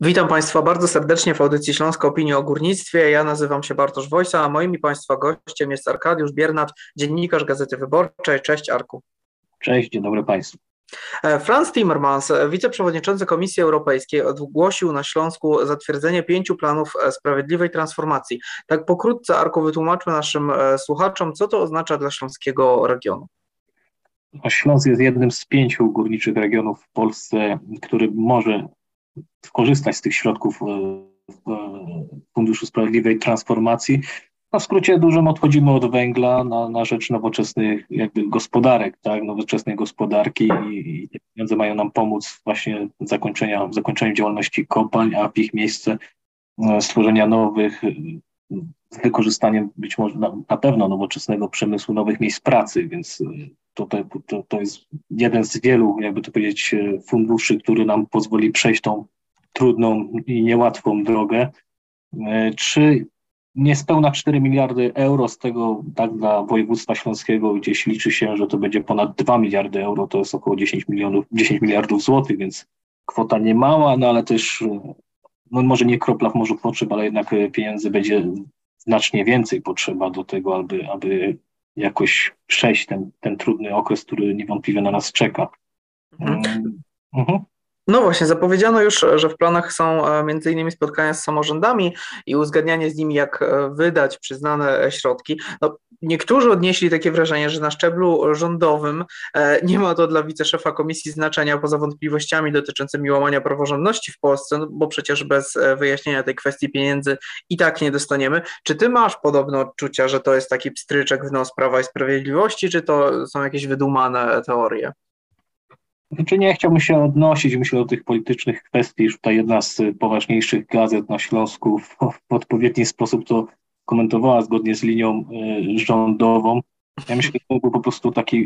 Witam Państwa bardzo serdecznie w audycji Śląska Opinia o Górnictwie. Ja nazywam się Bartosz Wojsa, a moim i Państwa gościem jest Arkadiusz Biernat, dziennikarz Gazety Wyborczej. Cześć Arku. Cześć, dzień dobry Państwu. Frans Timmermans, wiceprzewodniczący Komisji Europejskiej, ogłosił na Śląsku zatwierdzenie 5 planów sprawiedliwej transformacji. Tak pokrótce, Arku, wytłumaczmy naszym słuchaczom, co to oznacza dla śląskiego regionu. Śląsk jest jednym z 5 górniczych regionów w Polsce, który może skorzystać z tych środków Funduszu Sprawiedliwej Transformacji. W skrócie dużym odchodzimy od węgla na rzecz nowoczesnych gospodarek, tak, nowoczesnej gospodarki i te pieniądze mają nam pomóc właśnie w zakończeniu działalności kopalń, a w ich miejsce stworzenia nowych, z wykorzystaniem być może na pewno nowoczesnego przemysłu, nowych miejsc pracy, więc to jest jeden z wielu, jakby to powiedzieć, funduszy, który nam pozwoli przejść tą trudną i niełatwą drogę. Czy niespełna 4 miliardy euro, z tego tak dla województwa śląskiego gdzieś liczy się, że to będzie ponad 2 miliardy euro, to jest około 10 miliardów złotych, więc kwota nie mała, no ale też może nie kropla w morzu potrzeb, ale jednak pieniędzy będzie znacznie więcej potrzeba do tego, aby jakoś przejść ten trudny okres, który niewątpliwie na nas czeka. No właśnie, zapowiedziano już, że w planach są m.in. spotkania z samorządami i uzgadnianie z nimi, jak wydać przyznane środki. No, niektórzy odnieśli takie wrażenie, że na szczeblu rządowym nie ma to dla wiceszefa komisji znaczenia poza wątpliwościami dotyczącymi łamania praworządności w Polsce, no bo przecież bez wyjaśnienia tej kwestii pieniędzy i tak nie dostaniemy. Czy ty masz podobne odczucia, że to jest taki pstryczek w nos Prawa i Sprawiedliwości, czy to są jakieś wydumane teorie? Znaczy nie chciałbym się odnosić, myślę, do tych politycznych kwestii, już tutaj jedna z poważniejszych gazet na Śląsku w odpowiedni sposób to komentowała zgodnie z linią rządową. Ja myślę, że to był po prostu taki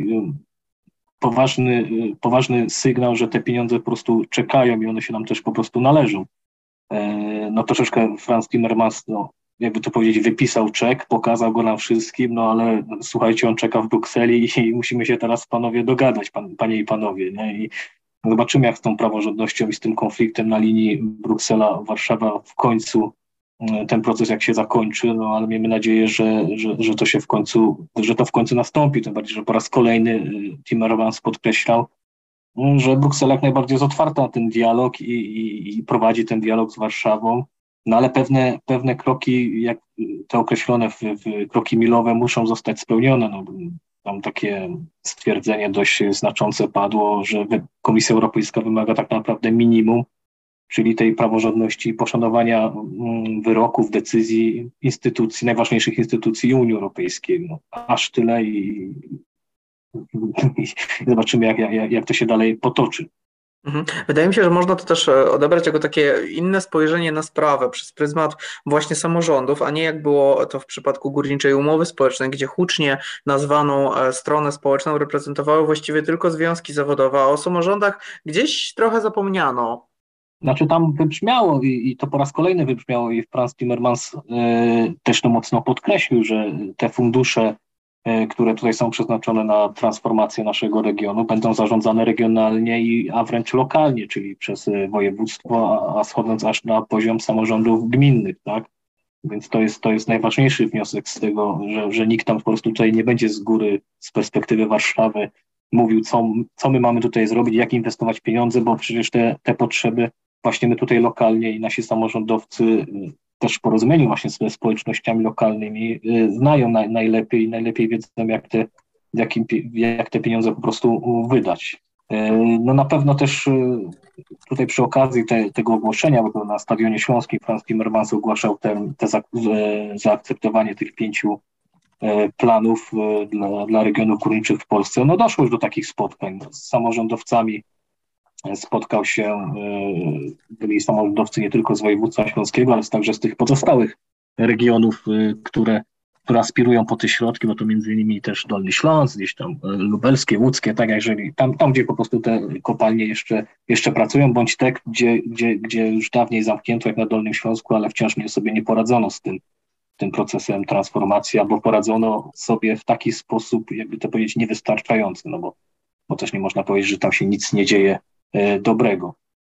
poważny sygnał, że te pieniądze po prostu czekają i one się nam też po prostu należą. No troszeczkę Frans Timmermans, jakby to powiedzieć, wypisał czek, pokazał go nam wszystkim, no ale słuchajcie, on czeka w Brukseli i musimy się teraz, panowie, dogadać, panie i panowie, nie? I zobaczymy, jak z tą praworządnością i z tym konfliktem na linii Bruksela-Warszawa w końcu ten proces jak się zakończy, no ale miejmy nadzieję, że to w końcu nastąpi, tym bardziej, że po raz kolejny Timmermans podkreślał, że Bruksela jak najbardziej jest otwarta na ten dialog i prowadzi ten dialog z Warszawą. No ale pewne kroki, jak te określone w kroki milowe, muszą zostać spełnione. No, tam takie stwierdzenie dość znaczące padło, że Komisja Europejska wymaga tak naprawdę minimum, czyli tej praworządności i poszanowania wyroków, decyzji instytucji, najważniejszych instytucji Unii Europejskiej. No, aż tyle i zobaczymy, jak to się dalej potoczy. Wydaje mi się, że można to też odebrać jako takie inne spojrzenie na sprawę przez pryzmat właśnie samorządów, a nie jak było to w przypadku Górniczej Umowy Społecznej, gdzie hucznie nazwaną stronę społeczną reprezentowały właściwie tylko związki zawodowe, a o samorządach gdzieś trochę zapomniano. Znaczy tam wybrzmiało i to po raz kolejny wybrzmiało i Frans Timmermans też to mocno podkreślił, że te fundusze, które tutaj są przeznaczone na transformację naszego regionu, będą zarządzane regionalnie a wręcz lokalnie, czyli przez województwo, a schodząc aż na poziom samorządów gminnych, tak? Więc to jest najważniejszy wniosek z tego, że nikt tam po prostu tutaj nie będzie z góry, z perspektywy Warszawy mówił, co my mamy tutaj zrobić, jak inwestować pieniądze, bo przecież te potrzeby właśnie my tutaj lokalnie i nasi samorządowcy też w porozumieniu właśnie ze społecznościami lokalnymi znają najlepiej wiedzą, jak te pieniądze po prostu wydać. No na pewno też tutaj przy okazji tego ogłoszenia, bo na Stadionie Śląskim Frans Timmermans ogłaszał zaakceptowanie tych 5 planów dla regionów górniczych w Polsce. No doszło już do takich spotkań z samorządowcami. Spotkał się, byli samorządowcy nie tylko z województwa śląskiego, ale także z tych pozostałych regionów, które aspirują po te środki, bo to między innymi też Dolny Śląsk, gdzieś tam lubelskie, łódzkie, tak, jeżeli tam gdzie po prostu te kopalnie jeszcze pracują, bądź te, gdzie już dawniej zamknięto, jak na Dolnym Śląsku, ale wciąż sobie nie poradzono z tym procesem transformacji, albo poradzono sobie w taki sposób, jakby to powiedzieć, niewystarczający, no bo też nie można powiedzieć, że tam się nic nie dzieje dobrego.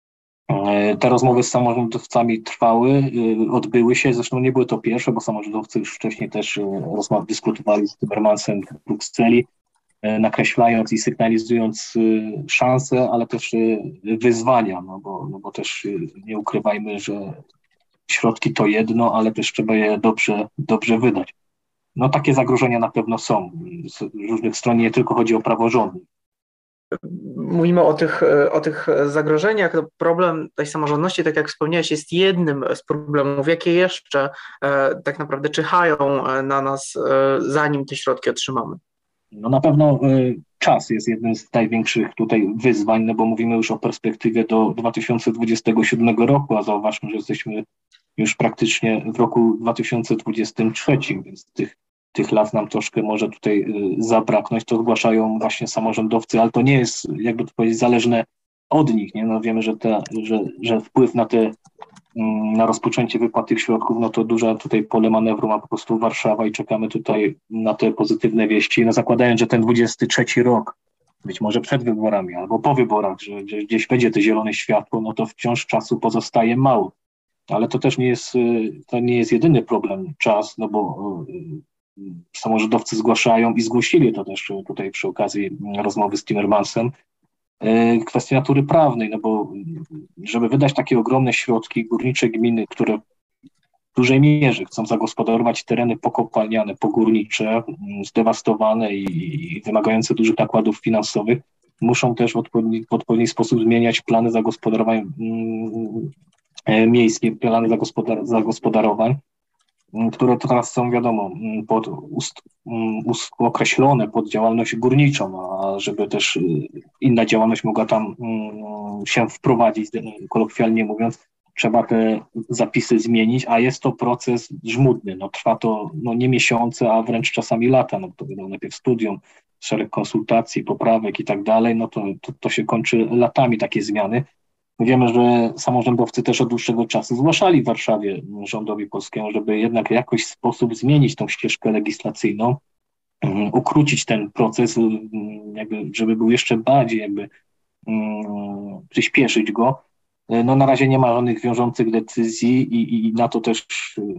Te rozmowy z samorządowcami trwały, odbyły się, zresztą nie były to pierwsze, bo samorządowcy już wcześniej też dyskutowali z Timmermansem w Brukseli, nakreślając i sygnalizując szanse, ale też wyzwania, bo też nie ukrywajmy, że środki to jedno, ale też trzeba je dobrze wydać. No takie zagrożenia na pewno są. Z różnych stron nie tylko chodzi o praworządność. Mówimy o tych zagrożeniach. To problem tej samorządności, tak jak wspomniałeś, jest jednym z problemów, jakie jeszcze tak naprawdę czyhają na nas, zanim te środki otrzymamy. No na pewno czas jest jednym z największych tutaj wyzwań, no bo mówimy już o perspektywie do 2027 roku, a zauważmy, że jesteśmy już praktycznie w roku 2023, więc tych lat nam troszkę może tutaj zabraknąć. To zgłaszają właśnie samorządowcy, ale to nie jest, jakby to powiedzieć, zależne od nich. Nie? No wiemy, że wpływ na rozpoczęcie wypłat tych środków, no to duża tutaj pole manewru ma po prostu Warszawa i czekamy tutaj na te pozytywne wieści. No zakładając, że ten 23 rok, być może przed wyborami albo po wyborach, że gdzieś będzie to zielone światło, no to wciąż czasu pozostaje mało. Ale to też nie jest jedyny problem, czas, no bo samorządowcy zgłaszają i zgłosili to też tutaj przy okazji rozmowy z Timmermansem, kwestia natury prawnej, no bo żeby wydać takie ogromne środki, górnicze gminy, które w dużej mierze chcą zagospodarować tereny pokopalniane, pogórnicze, zdewastowane i wymagające dużych nakładów finansowych, muszą też w odpowiedni sposób zmieniać plany zagospodarowań miejskie, plany zagospodarowań, które teraz są, wiadomo, określone pod działalność górniczą, a żeby też inna działalność mogła tam się wprowadzić, kolokwialnie mówiąc, trzeba te zapisy zmienić, a jest to proces żmudny. No, trwa to nie miesiące, a wręcz czasami lata. No, to wiadomo, najpierw studium, szereg konsultacji, poprawek i tak dalej, no to się kończy latami takie zmiany. Wiemy, że samorządowcy też od dłuższego czasu zgłaszali w Warszawie rządowi polskiemu, żeby jednak w jakiś sposób zmienić tą ścieżkę legislacyjną, ukrócić ten proces, jakby, żeby był jeszcze bardziej przyspieszyć go. No na razie nie ma żadnych wiążących decyzji i na to też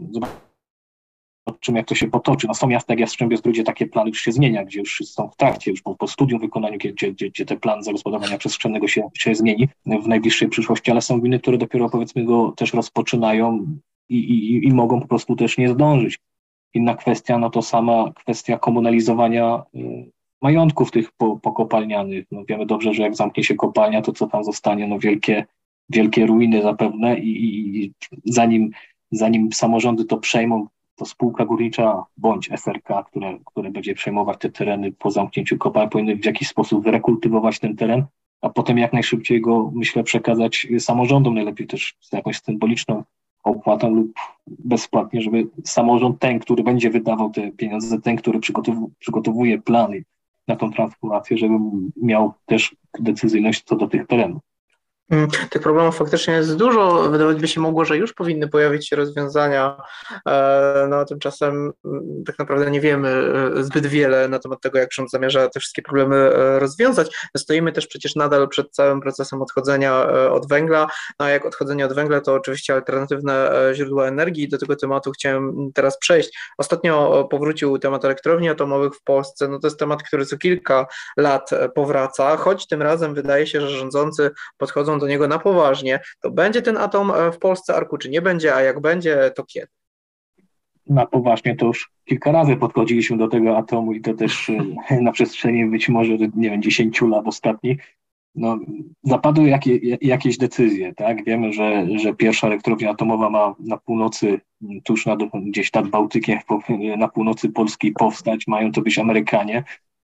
zobaczymy, jak to się potoczy. No są miasta jak Jastrzębie-Zdrój, gdzie takie plany już się zmienia, gdzie już są w trakcie, już po studium wykonaniu, gdzie te plan zagospodarowania przestrzennego się zmieni w najbliższej przyszłości, ale są gminy, które dopiero powiedzmy go też rozpoczynają i mogą po prostu też nie zdążyć. Inna kwestia, no to sama kwestia komunalizowania majątków tych pokopalnianych. No wiemy dobrze, że jak zamknie się kopalnia, to co tam zostanie, no wielkie ruiny zapewne i zanim samorządy to przejmą, to spółka górnicza bądź SRK, które będzie przejmować te tereny po zamknięciu kopalń, powinny w jakiś sposób wyrekultywować ten teren, a potem jak najszybciej go, myślę, przekazać samorządom, najlepiej też z jakąś symboliczną opłatą lub bezpłatnie, żeby samorząd ten, który będzie wydawał te pieniądze, ten, który przygotowuje plany na tą transformację, żeby miał też decyzyjność co do tych terenów. Tych problemów faktycznie jest dużo. Wydawać by się mogło, że już powinny pojawić się rozwiązania, no a tymczasem tak naprawdę nie wiemy zbyt wiele na temat tego, jak rząd zamierza te wszystkie problemy rozwiązać. Stoimy też przecież nadal przed całym procesem odchodzenia od węgla, no a jak odchodzenie od węgla, to oczywiście alternatywne źródła energii. Do tego tematu chciałem teraz przejść. Ostatnio powrócił temat elektrowni atomowych w Polsce. No to jest temat, który co kilka lat powraca, choć tym razem wydaje się, że rządzący podchodzą do niego na poważnie. To będzie ten atom w Polsce, Arku, czy nie będzie, a jak będzie, to kiedy? Na poważnie to już kilka razy podchodziliśmy do tego atomu i to też na przestrzeni być może, nie wiem, 10 lat ostatnich. No, zapadły jakieś decyzje, tak? Wiemy, że pierwsza elektrownia atomowa ma na północy, tuż gdzieś nad Bałtykiem, na północy Polski powstać, mają to być Amerykanie.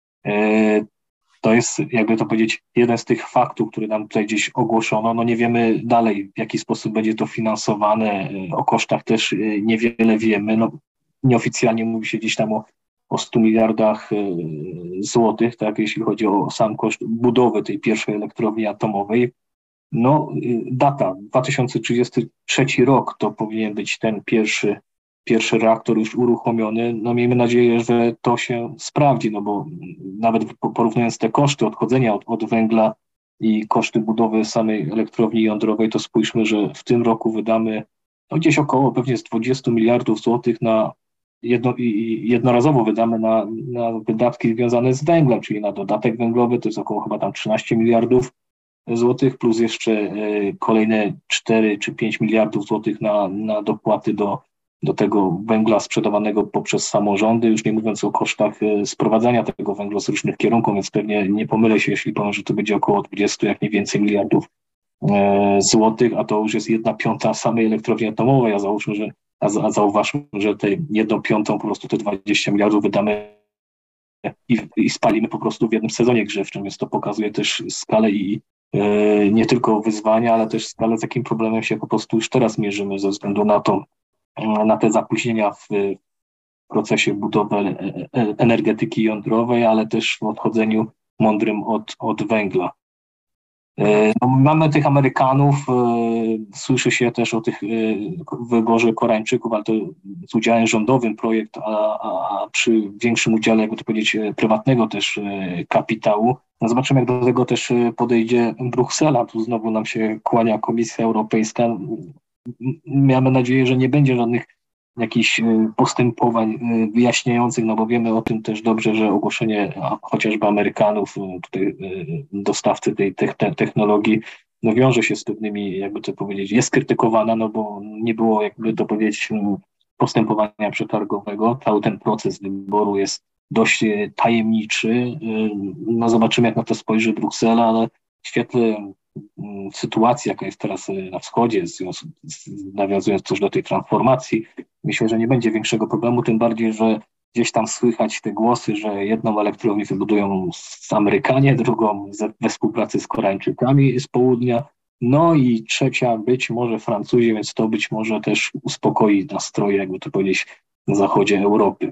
To jest, jakby to powiedzieć, jeden z tych faktów, który nam tutaj gdzieś ogłoszono. No nie wiemy dalej, w jaki sposób będzie to finansowane. O kosztach też niewiele wiemy. No, nieoficjalnie mówi się gdzieś tam o 100 miliardach złotych, tak, jeśli chodzi o sam koszt budowy tej pierwszej elektrowni atomowej. No, data 2033 rok to powinien być ten pierwszy reaktor już uruchomiony. No miejmy nadzieję, że to się sprawdzi, no bo nawet porównując te koszty odchodzenia od węgla i koszty budowy samej elektrowni jądrowej, to spójrzmy, że w tym roku wydamy gdzieś około pewnie z 20 miliardów złotych na jednorazowo wydamy na wydatki związane z węglem, czyli na dodatek węglowy, to jest około chyba tam 13 miliardów złotych, plus jeszcze kolejne 4 czy 5 miliardów złotych na dopłaty do tego węgla sprzedawanego poprzez samorządy, już nie mówiąc o kosztach sprowadzania tego węgla z różnych kierunków, więc pewnie nie pomylę się, jeśli powiem, że to będzie około 20, jak nie więcej miliardów złotych, a to już jest 1/5 samej elektrowni atomowej, a zauważmy, że te 1/5 po prostu te 20 miliardów wydamy i spalimy po prostu w jednym sezonie grzewczym, więc to pokazuje też skalę i nie tylko wyzwania, ale też skalę, z jakim problemem się po prostu już teraz mierzymy ze względu na te zapóźnienia w procesie budowy energetyki jądrowej, ale też w odchodzeniu mądrym od węgla. No, mamy tych Amerykanów, słyszy się też o tych wyborze Koreańczyków, ale to z udziałem rządowym projekt, a przy większym udziale, jakby to powiedzieć, prywatnego też kapitału. No zobaczymy, jak do tego też podejdzie Bruksela. Tu znowu nam się kłania Komisja Europejska. Mamy nadzieję, że nie będzie żadnych jakichś postępowań wyjaśniających, no bo wiemy o tym też dobrze, że ogłoszenie chociażby Amerykanów, tutaj dostawcy tej technologii, no wiąże się z pewnymi, jakby to powiedzieć, jest krytykowana, no bo nie było, jakby to powiedzieć, postępowania przetargowego. Cały ten proces wyboru jest dość tajemniczy. No zobaczymy, jak na to spojrzy Bruksela, ale w świetle sytuacji, jaka jest teraz na wschodzie, nawiązując też do tej transformacji, myślę, że nie będzie większego problemu, tym bardziej, że gdzieś tam słychać te głosy, że jedną elektrownię wybudują Amerykanie, drugą we współpracy z Koreańczykami z południa, no i trzecia być może Francuzi, więc to być może też uspokoi nastroje, jakby to powiedzieć, na zachodzie Europy.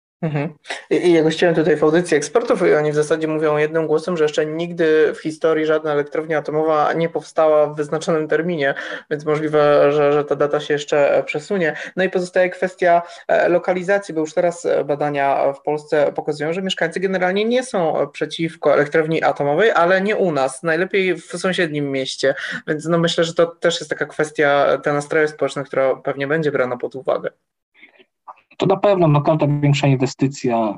I ja gościłem tutaj w audycji ekspertów i oni w zasadzie mówią jednym głosem, że jeszcze nigdy w historii żadna elektrownia atomowa nie powstała w wyznaczonym terminie, więc możliwe, że ta data się jeszcze przesunie. No i pozostaje kwestia lokalizacji, bo już teraz badania w Polsce pokazują, że mieszkańcy generalnie nie są przeciwko elektrowni atomowej, ale nie u nas, najlepiej w sąsiednim mieście, więc no myślę, że to też jest taka kwestia, te nastroje społeczne, która pewnie będzie brana pod uwagę. To na pewno, no każda większa inwestycja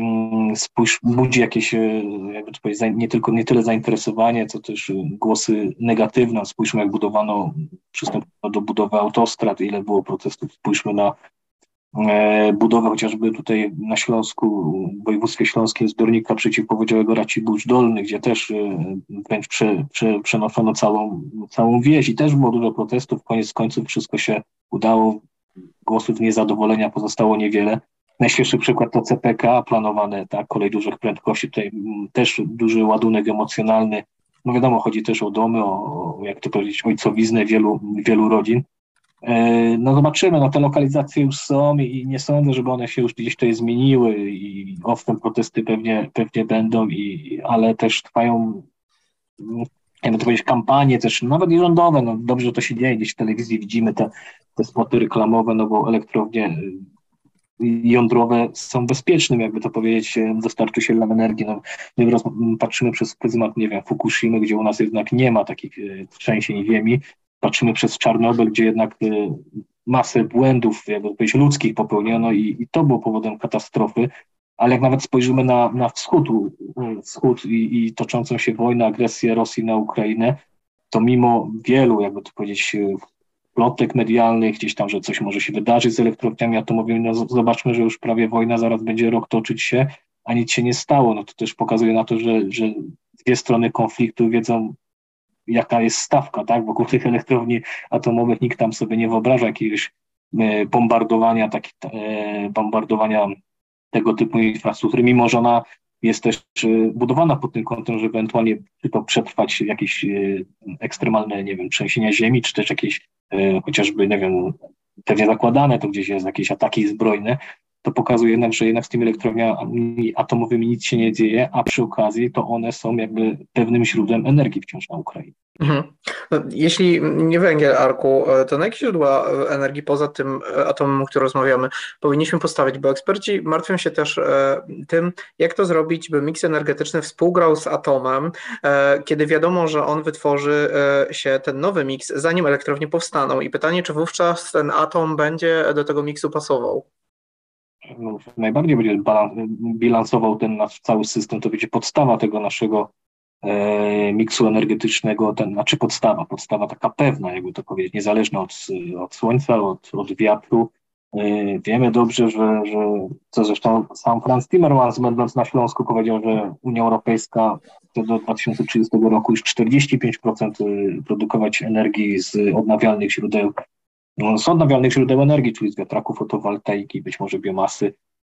budzi jakieś, jakby to powiedzieć, nie tyle zainteresowanie, co też głosy negatywne. Spójrzmy, jak przystąpiono do budowy autostrad, ile było protestów. Spójrzmy na budowę chociażby tutaj na Śląsku, w województwie śląskim zbiornika przeciwpowodziowego Racibórz Dolny, gdzie też wręcz przenoszono całą wieś i też było dużo protestów. Koniec końców wszystko się udało. Głosów niezadowolenia pozostało niewiele. Najświeższy przykład to CPK planowane, tak, kolej dużych prędkości, tutaj też duży ładunek emocjonalny. No wiadomo, chodzi też o domy, o jak to powiedzieć, ojcowiznę wielu rodzin. No zobaczymy, no te lokalizacje już są i nie sądzę, żeby one się już gdzieś tutaj zmieniły i owszem, protesty pewnie będą, ale też trwają, jakby to powiedzieć, kampanie też, nawet i rządowe, no dobrze, że to się dzieje, gdzieś w telewizji widzimy te spoty reklamowe, no bo elektrownie jądrowe są bezpiecznym, jakby to powiedzieć, dostarczycielem energii. No, my patrzymy przez pryzmat, nie wiem, Fukushimy, gdzie u nas jednak nie ma takich trzęsień ziemi, patrzymy przez Czarnobyl, gdzie jednak masę błędów, jakby powiedzieć, ludzkich popełniono i to było powodem katastrofy. Ale jak nawet spojrzymy na wschód i toczącą się wojnę, agresję Rosji na Ukrainę, to mimo wielu, jakby to powiedzieć, plotek medialnych, gdzieś tam, że coś może się wydarzyć z elektrowniami atomowymi, no zobaczmy, że już prawie wojna zaraz będzie rok toczyć się, a nic się nie stało. No to też pokazuje na to, że dwie strony konfliktu wiedzą, jaka jest stawka, tak? Wokół tych elektrowni atomowych nikt tam sobie nie wyobraża jakiegoś bombardowania tego typu infrastruktury, mimo że ona jest też budowana pod tym kątem, żeby ewentualnie czy to przetrwać jakieś ekstremalne, nie wiem, trzęsienia ziemi, czy też jakieś chociażby, nie wiem, pewnie zakładane to gdzieś jest jakieś ataki zbrojne, to pokazuje jednak, że jednak z tymi elektrowniami atomowymi nic się nie dzieje, a przy okazji to one są jakby pewnym źródłem energii wciąż na Ukrainie. Mhm. No, jeśli nie węgiel, Arku, to na jakie źródła energii poza tym atomem, o którym rozmawiamy, powinniśmy postawić? Bo eksperci martwią się też tym, jak to zrobić, by miks energetyczny współgrał z atomem, kiedy wiadomo, że on wytworzy się ten nowy miks, zanim elektrownie powstaną. I pytanie, czy wówczas ten atom będzie do tego miksu pasował? No, najbardziej będzie bilansował ten nasz cały system, to będzie podstawa tego naszego miksu energetycznego, znaczy podstawa taka pewna, jakby to powiedzieć, niezależna od słońca, od wiatru. Wiemy dobrze, co zresztą sam Frans Timmermans, będąc na Śląsku, powiedział, że Unia Europejska chce do 2030 roku już 45% produkować energii z odnawialnych źródeł energii, czyli z wiatraków, fotowoltaiki, być może biomasy.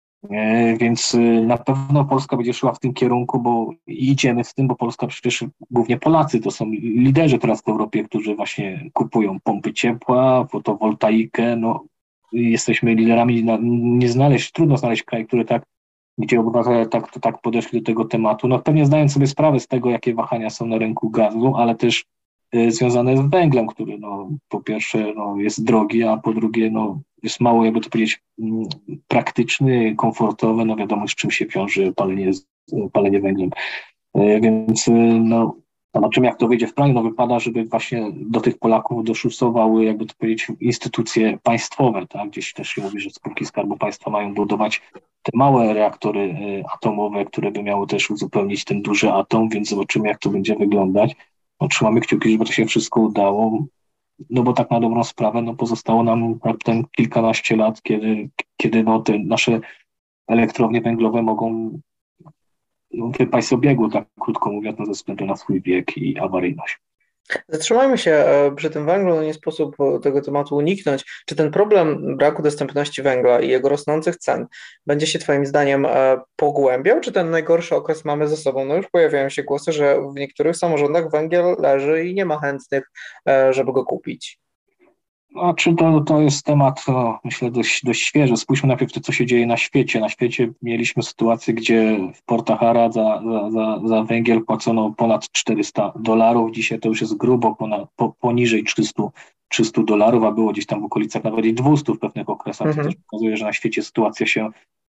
Więc na pewno Polska będzie szła w tym kierunku, bo idziemy w tym, bo Polska przecież głównie Polacy to są liderzy teraz w Europie, którzy właśnie kupują pompy ciepła, fotowoltaikę. No, jesteśmy liderami, trudno znaleźć kraj, gdzie obywatele tak podeszli do tego tematu. No pewnie zdając sobie sprawę z tego, jakie wahania są na rynku gazu, ale też związane z węglem, który no, po pierwsze no, jest drogi, a po drugie no, jest mało, jakby to powiedzieć, praktyczny, komfortowy, no wiadomo z czym się wiąże palenie węglem. Więc no, zobaczymy jak to wyjdzie w planie. No wypada, żeby właśnie do tych Polaków doszusowały, jakby to powiedzieć, instytucje państwowe, tak? Gdzieś też się mówi, że spółki Skarbu Państwa mają budować te małe reaktory atomowe, które by miały też uzupełnić ten duży atom, więc zobaczymy jak to będzie wyglądać. No, trzymamy kciuki, żeby to się wszystko udało, no bo tak na dobrą sprawę no, pozostało nam raptem kilkanaście lat, kiedy no, te nasze elektrownie węglowe mogą wypaść z obiegu, tak krótko mówiąc, no, ze względu na swój wiek i awaryjność. Zatrzymajmy się przy tym węglu, no nie sposób tego tematu uniknąć. Czy ten problem braku dostępności węgla i jego rosnących cen będzie się Twoim zdaniem pogłębiał, czy ten najgorszy okres mamy za sobą? No już pojawiają się głosy, że w niektórych samorządach węgiel leży i nie ma chętnych, żeby go kupić. A czy to jest temat, no, myślę, dość świeży. Spójrzmy najpierw to, co się dzieje na świecie. Na świecie mieliśmy sytuację, gdzie w portach Arad za węgiel płacono ponad $400. Dzisiaj to już jest grubo poniżej $300, a było gdzieś tam w okolicach nawet i 200 w pewnych okresach, co też pokazuje, że na świecie sytuacja się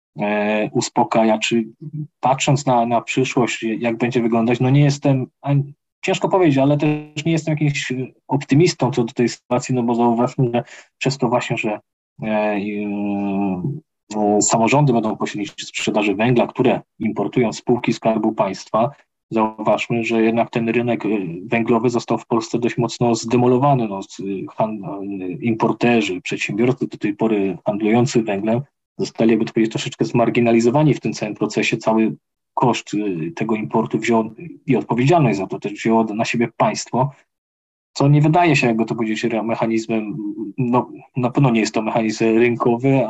uspokaja. Czy patrząc na przyszłość, jak będzie wyglądać, no nie jestem ciężko powiedzieć, ale też nie jestem jakimś optymistą co do tej sytuacji, no bo zauważmy, że przez to właśnie, że samorządy będą pośredniczyć w sprzedaży węgla, które importują spółki Skarbu Państwa, zauważmy, że jednak ten rynek węglowy został w Polsce dość mocno zdemolowany. No, importerzy, przedsiębiorcy do tej pory handlujący węglem zostali, jakby to powiedzieć, troszeczkę zmarginalizowani w tym całym procesie. Cały koszt tego importu wziął i odpowiedzialność za to też wzięło na siebie państwo, co nie wydaje się, jakby to powiedzieć, mechanizmem, no na pewno nie jest to mechanizm rynkowy,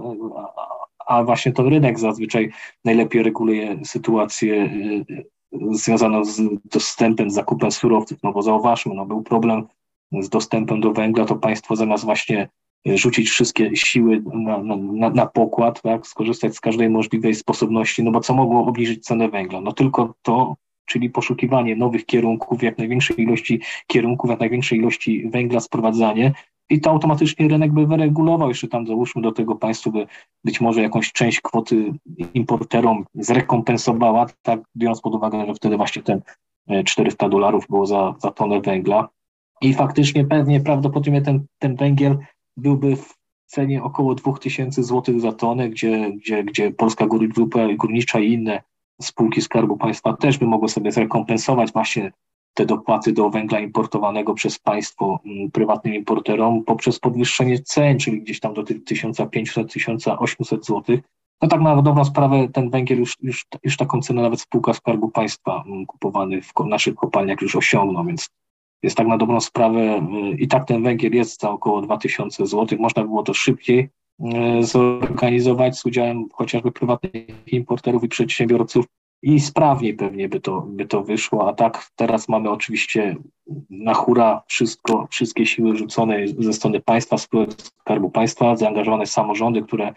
a właśnie to rynek zazwyczaj najlepiej reguluje sytuację związaną z dostępem, z zakupem surowców, no bo zauważmy, no był problem z dostępem do węgla, to państwo zamiast właśnie rzucić wszystkie siły na pokład, tak, skorzystać z każdej możliwej sposobności, no bo co mogło obniżyć cenę węgla? No tylko to, czyli poszukiwanie nowych kierunków, jak największej ilości węgla, sprowadzanie i to automatycznie rynek by wyregulował, jeszcze tam załóżmy do tego państwu by być może jakąś część kwoty importerom zrekompensowała, tak, biorąc pod uwagę, że wtedy właśnie ten $400 było za tonę węgla i faktycznie prawdopodobnie ten węgiel byłby w cenie około 2000 zł za tonę, gdzie Polska Grupa Górnicza i inne spółki Skarbu Państwa też by mogły sobie zrekompensować właśnie te dopłaty do węgla importowanego przez państwo prywatnym importerom poprzez podwyższenie cen, czyli gdzieś tam do tych 1500-1800 zł. No tak na dobrą sprawę ten węgiel już taką cenę nawet spółka Skarbu Państwa kupowany w naszych kopalniach już osiągnął, więc jest tak na dobrą sprawę i tak ten węgiel jest za około 2000 zł. Można było to szybciej zorganizować z udziałem chociażby prywatnych importerów i przedsiębiorców i sprawniej pewnie by to wyszło, a tak teraz mamy oczywiście na hura wszystkie siły rzucone ze strony państwa, spółek Skarbu Państwa, zaangażowane samorządy, które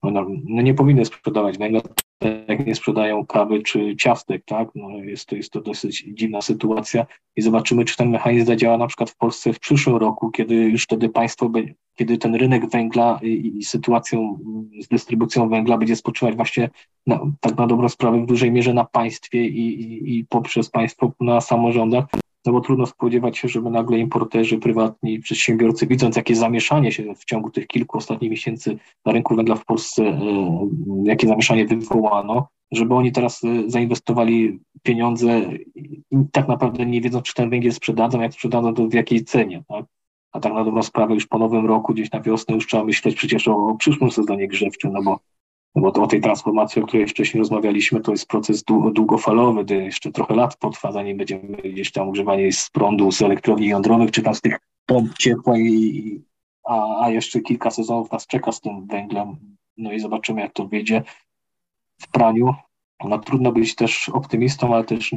no nie powinny sprzedawać węgla, tak jak nie sprzedają kawy czy ciastek, tak? No jest to dosyć dziwna sytuacja i zobaczymy, czy ten mechanizm zadziała na przykład w Polsce w przyszłym roku, kiedy już wtedy kiedy ten rynek węgla i sytuacją z dystrybucją węgla będzie spoczywać właśnie tak na dobrą sprawę w dużej mierze na państwie i poprzez państwo na samorządach. No bo trudno spodziewać się, żeby nagle importerzy, prywatni przedsiębiorcy, widząc jakie zamieszanie się w ciągu tych kilku ostatnich miesięcy na rynku węgla w Polsce, jakie zamieszanie wywołano, żeby oni teraz zainwestowali pieniądze i tak naprawdę nie wiedzą, czy ten węgiel sprzedadzą, jak sprzedadzą, to w jakiej cenie, tak? A tak na dobrą sprawę już po nowym roku, gdzieś na wiosnę już trzeba myśleć przecież o przyszłym sezonie grzewczym, no bo to o tej transformacji, o której wcześniej rozmawialiśmy, to jest proces długofalowy, gdy jeszcze trochę lat potrwa, zanim będziemy gdzieś tam ugrzewani z prądu, z elektrowni jądrowych, czy tam z tych pomp ciepła, a jeszcze kilka sezonów nas czeka z tym węglem. No i zobaczymy, jak to wyjdzie w praniu. No trudno być też optymistą, ale też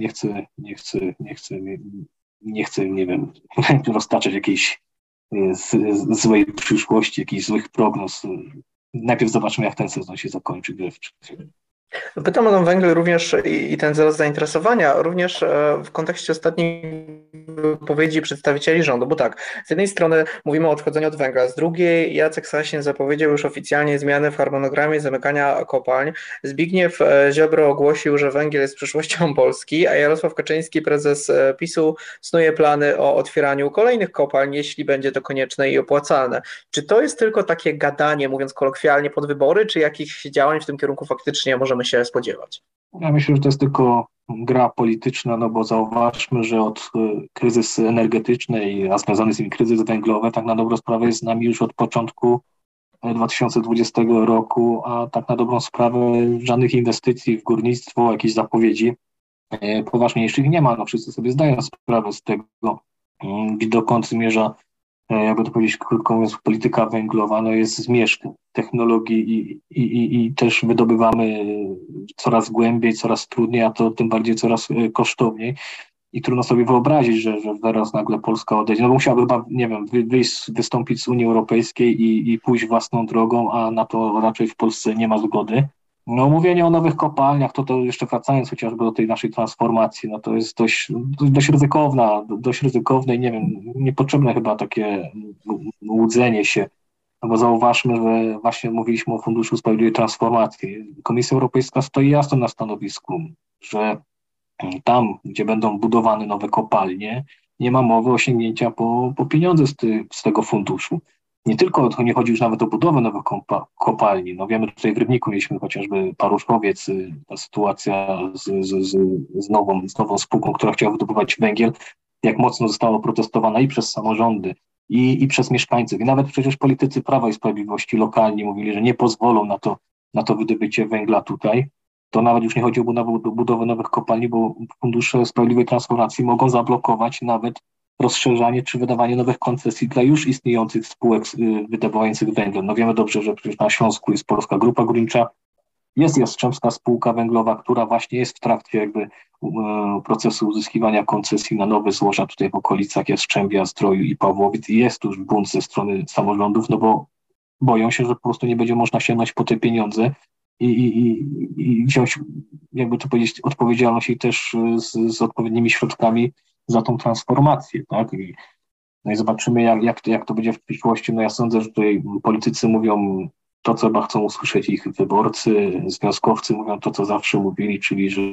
nie chcę, nie wiem, roztaczać jakiejś złej przyszłości, jakichś złych prognoz. Najpierw zobaczmy, jak ten sezon się zakończy grzewczy. Pytam o ten węgiel również i ten wzrost zainteresowania, również w kontekście ostatnich wypowiedzi przedstawicieli rządu, bo tak, z jednej strony mówimy o odchodzeniu od węgla, z drugiej Jacek Sasin zapowiedział już oficjalnie zmiany w harmonogramie zamykania kopalń, Zbigniew Ziobro ogłosił, że węgiel jest przyszłością Polski, a Jarosław Kaczyński, prezes PiS-u, snuje plany o otwieraniu kolejnych kopalń, jeśli będzie to konieczne i opłacalne. Czy to jest tylko takie gadanie, mówiąc kolokwialnie, pod wybory, czy jakichś działań w tym kierunku faktycznie możemy się spodziewać? Ja myślę, że to jest tylko gra polityczna, no bo zauważmy, że od kryzys energetyczny, a związany z nim kryzys węglowy, tak na dobrą sprawę jest z nami już od początku 2020 roku, a tak na dobrą sprawę żadnych inwestycji w górnictwo, jakichś zapowiedzi poważniejszych nie ma. No wszyscy sobie zdają sprawę z tego, dokąd zmierza, jakby to powiedzieć krótko mówiąc, polityka węglowa, no jest zmierzch technologii i też wydobywamy coraz głębiej, coraz trudniej, a to tym bardziej coraz kosztowniej. I trudno sobie wyobrazić, że zaraz nagle Polska odejdzie. No bo musiałaby chyba, nie wiem, wystąpić z Unii Europejskiej i pójść własną drogą, a na to raczej w Polsce nie ma zgody. No mówienie o nowych kopalniach, to jeszcze wracając chociażby do tej naszej transformacji, no to jest dość ryzykowne i nie wiem, niepotrzebne chyba takie łudzenie się. No bo zauważmy, że właśnie mówiliśmy o Funduszu Sprawiedliwej Transformacji. Komisja Europejska stoi jasno na stanowisku, że tam, gdzie będą budowane nowe kopalnie, nie ma mowy o sięgnięcia po pieniądze z tego funduszu. Nie tylko, nie chodzi już nawet o budowę nowych kopalni. No wiemy, tutaj w Rybniku mieliśmy chociażby Paruszkowiec, ta sytuacja z nową spółką, która chciała wydobywać węgiel, jak mocno została protestowana i przez samorządy, i przez mieszkańców. I nawet przecież politycy Prawa i Sprawiedliwości lokalni mówili, że nie pozwolą na to wydobycie węgla tutaj. To nawet już nie chodzi o budowę nowych kopalni, bo fundusze sprawiedliwej transformacji mogą zablokować nawet rozszerzanie czy wydawanie nowych koncesji dla już istniejących spółek wydobywających węgiel. No wiemy dobrze, że przecież na Śląsku jest Polska Grupa Górnicza, jest Jastrzębska Spółka Węglowa, która właśnie jest w trakcie jakby procesu uzyskiwania koncesji na nowe złoża tutaj w okolicach Jastrzębia, Zdroju i Pawłowic i jest tu już bunt ze strony samorządów, no bo boją się, że po prostu nie będzie można sięgnąć po te pieniądze i wziąć, jakby to powiedzieć, odpowiedzialność i też z odpowiednimi środkami za tą transformację, tak? No i zobaczymy, jak to będzie w przyszłości. No ja sądzę, że tutaj politycy mówią to, co chyba chcą usłyszeć ich wyborcy, związkowcy mówią to, co zawsze mówili, czyli że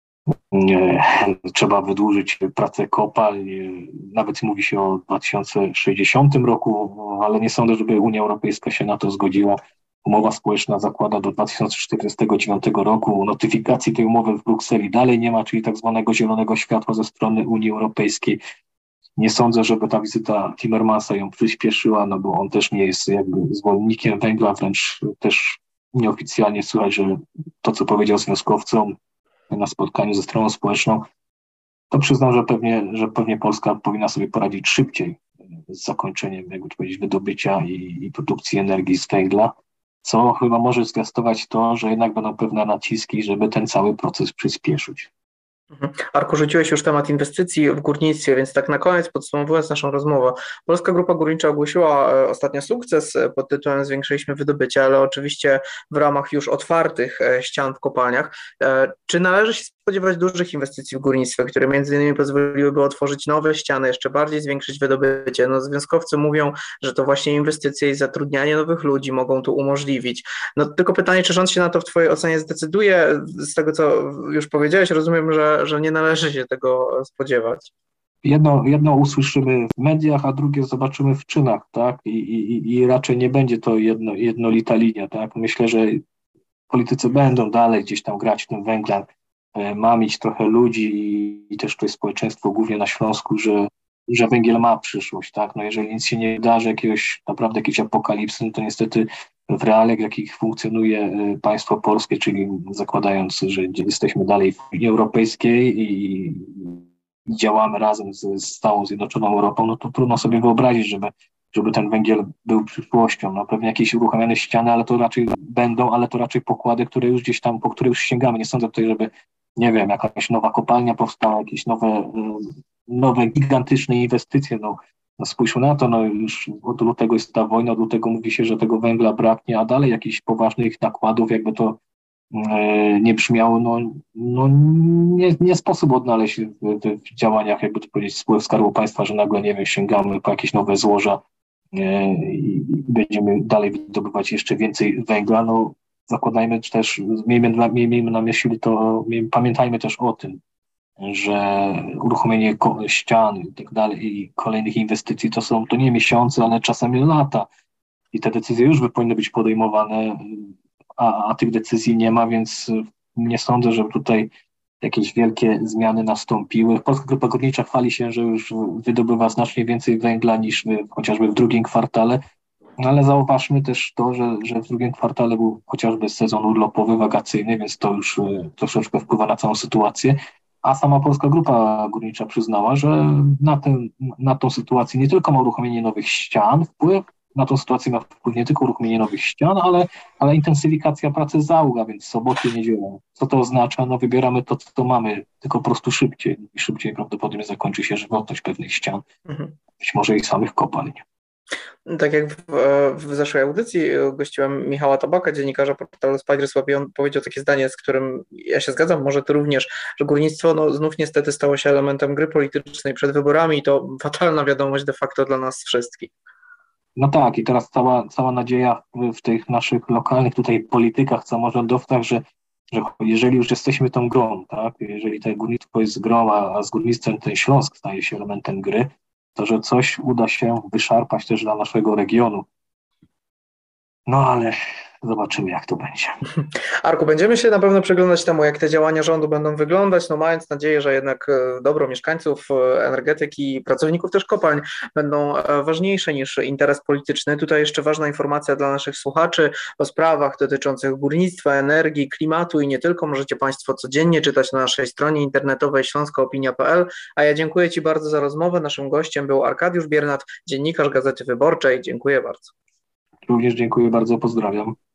trzeba wydłużyć pracę kopalń. Nawet mówi się o 2060 roku, ale nie sądzę, żeby Unia Europejska się na to zgodziła. Umowa społeczna zakłada do 2049 roku. Notyfikacji tej umowy w Brukseli dalej nie ma, czyli tak zwanego zielonego światła ze strony Unii Europejskiej. Nie sądzę, żeby ta wizyta Timmermansa ją przyspieszyła, no bo on też nie jest jakby zwolennikiem węgla, wręcz też nieoficjalnie słychać, że to, co powiedział związkowcom na spotkaniu ze stroną społeczną, to przyznam, że pewnie Polska powinna sobie poradzić szybciej z zakończeniem, jakby to powiedzieć, wydobycia i produkcji energii z węgla, co chyba może zwiastować to, że jednak będą pewne naciski, żeby ten cały proces przyspieszyć. Arku, rzuciłeś już temat inwestycji w górnictwie, więc tak na koniec, podsumowując naszą rozmowę, Polska Grupa Górnicza ogłosiła ostatnio sukces pod tytułem Zwiększyliśmy wydobycie, ale oczywiście w ramach już otwartych ścian w kopalniach. Czy należy się spodziewać dużych inwestycji w górnictwie, które między innymi pozwoliłyby otworzyć nowe ściany, jeszcze bardziej zwiększyć wydobycie? No, związkowcy mówią, że to właśnie inwestycje i zatrudnianie nowych ludzi mogą to umożliwić. No tylko pytanie, czy rząd się na to w Twojej ocenie zdecyduje? Z tego, co już powiedziałeś, rozumiem, że nie należy się tego spodziewać. Jedno usłyszymy w mediach, a drugie zobaczymy w czynach, tak? I raczej nie będzie to jednolita linia, tak? Myślę, że politycy będą dalej gdzieś tam grać w tym węglem, mamić trochę ludzi i też tutaj społeczeństwo, głównie na Śląsku, że węgiel ma przyszłość, tak? No jeżeli nic się nie wydarzy, naprawdę jakiejś apokalipsy, no to niestety w realiach, w jakich funkcjonuje państwo polskie, czyli zakładając, że jesteśmy dalej w Unii Europejskiej i działamy razem z całą Zjednoczoną Europą, no to trudno sobie wyobrazić, żeby ten węgiel był przyszłością. No pewnie jakieś uruchomione ściany, ale to raczej będą, ale to raczej pokłady, które już gdzieś tam, po które już sięgamy. Nie sądzę tutaj, żeby, nie wiem, jakaś nowa kopalnia powstała, jakieś nowe gigantyczne inwestycje. No spójrzmy na to, no już od lutego jest ta wojna, od lutego mówi się, że tego węgla braknie, a dalej jakichś poważnych nakładów, jakby to nie brzmiało, nie sposób odnaleźć w działaniach, jakby to powiedzieć, spółek Skarbu Państwa, że nagle, nie wiem, sięgamy po jakieś nowe złoża i będziemy dalej wydobywać jeszcze więcej węgla. No, zakładajmy też, miejmy na myśli to, pamiętajmy też o tym, że uruchomienie ścian i tak dalej i kolejnych inwestycji to nie miesiące, ale czasami lata i te decyzje już powinny być podejmowane, a tych decyzji nie ma, więc nie sądzę, że tutaj jakieś wielkie zmiany nastąpiły. Polska Grupa Górnicza chwali się, że już wydobywa znacznie więcej węgla niż chociażby w drugim kwartale, ale zauważmy też to, że w drugim kwartale był chociażby sezon urlopowy, wakacyjny, więc to już troszeczkę wpływa na całą sytuację. A sama Polska Grupa Górnicza przyznała, że na tą sytuację nie tylko ma uruchomienie nowych ścian wpływ, na tą sytuację ma wpływ nie tylko uruchomienie nowych ścian, ale intensyfikacja pracy załoga, więc soboty, niedzielę. Co to oznacza? No wybieramy to, co mamy, tylko po prostu szybciej. I szybciej prawdopodobnie zakończy się żywotność pewnych ścian, być może i samych kopalń. Tak jak w zeszłej audycji gościłem Michała Tabaka, dziennikarza portalu Spiderswap, i on powiedział takie zdanie, z którym ja się zgadzam, może ty również, że górnictwo znów niestety stało się elementem gry politycznej przed wyborami i to fatalna wiadomość de facto dla nas wszystkich. No tak, i teraz cała nadzieja w tych naszych lokalnych tutaj politykach, samorządowcach, że jeżeli już jesteśmy tą grą, tak, jeżeli to górnictwo jest grą, a z górnictwem ten Śląsk staje się elementem gry, to że coś uda się wyszarpać też dla naszego regionu. No ale zobaczymy, jak to będzie. Arku, będziemy się na pewno przyglądać temu, jak te działania rządu będą wyglądać, no mając nadzieję, że jednak dobro mieszkańców, energetyki, pracowników też kopalń będą ważniejsze niż interes polityczny. Tutaj jeszcze ważna informacja dla naszych słuchaczy o sprawach dotyczących górnictwa, energii, klimatu i nie tylko. Możecie Państwo codziennie czytać na naszej stronie internetowej śląskoopinia.pl, a ja dziękuję Ci bardzo za rozmowę. Naszym gościem był Arkadiusz Biernat, dziennikarz Gazety Wyborczej. Dziękuję bardzo. Również dziękuję bardzo, pozdrawiam.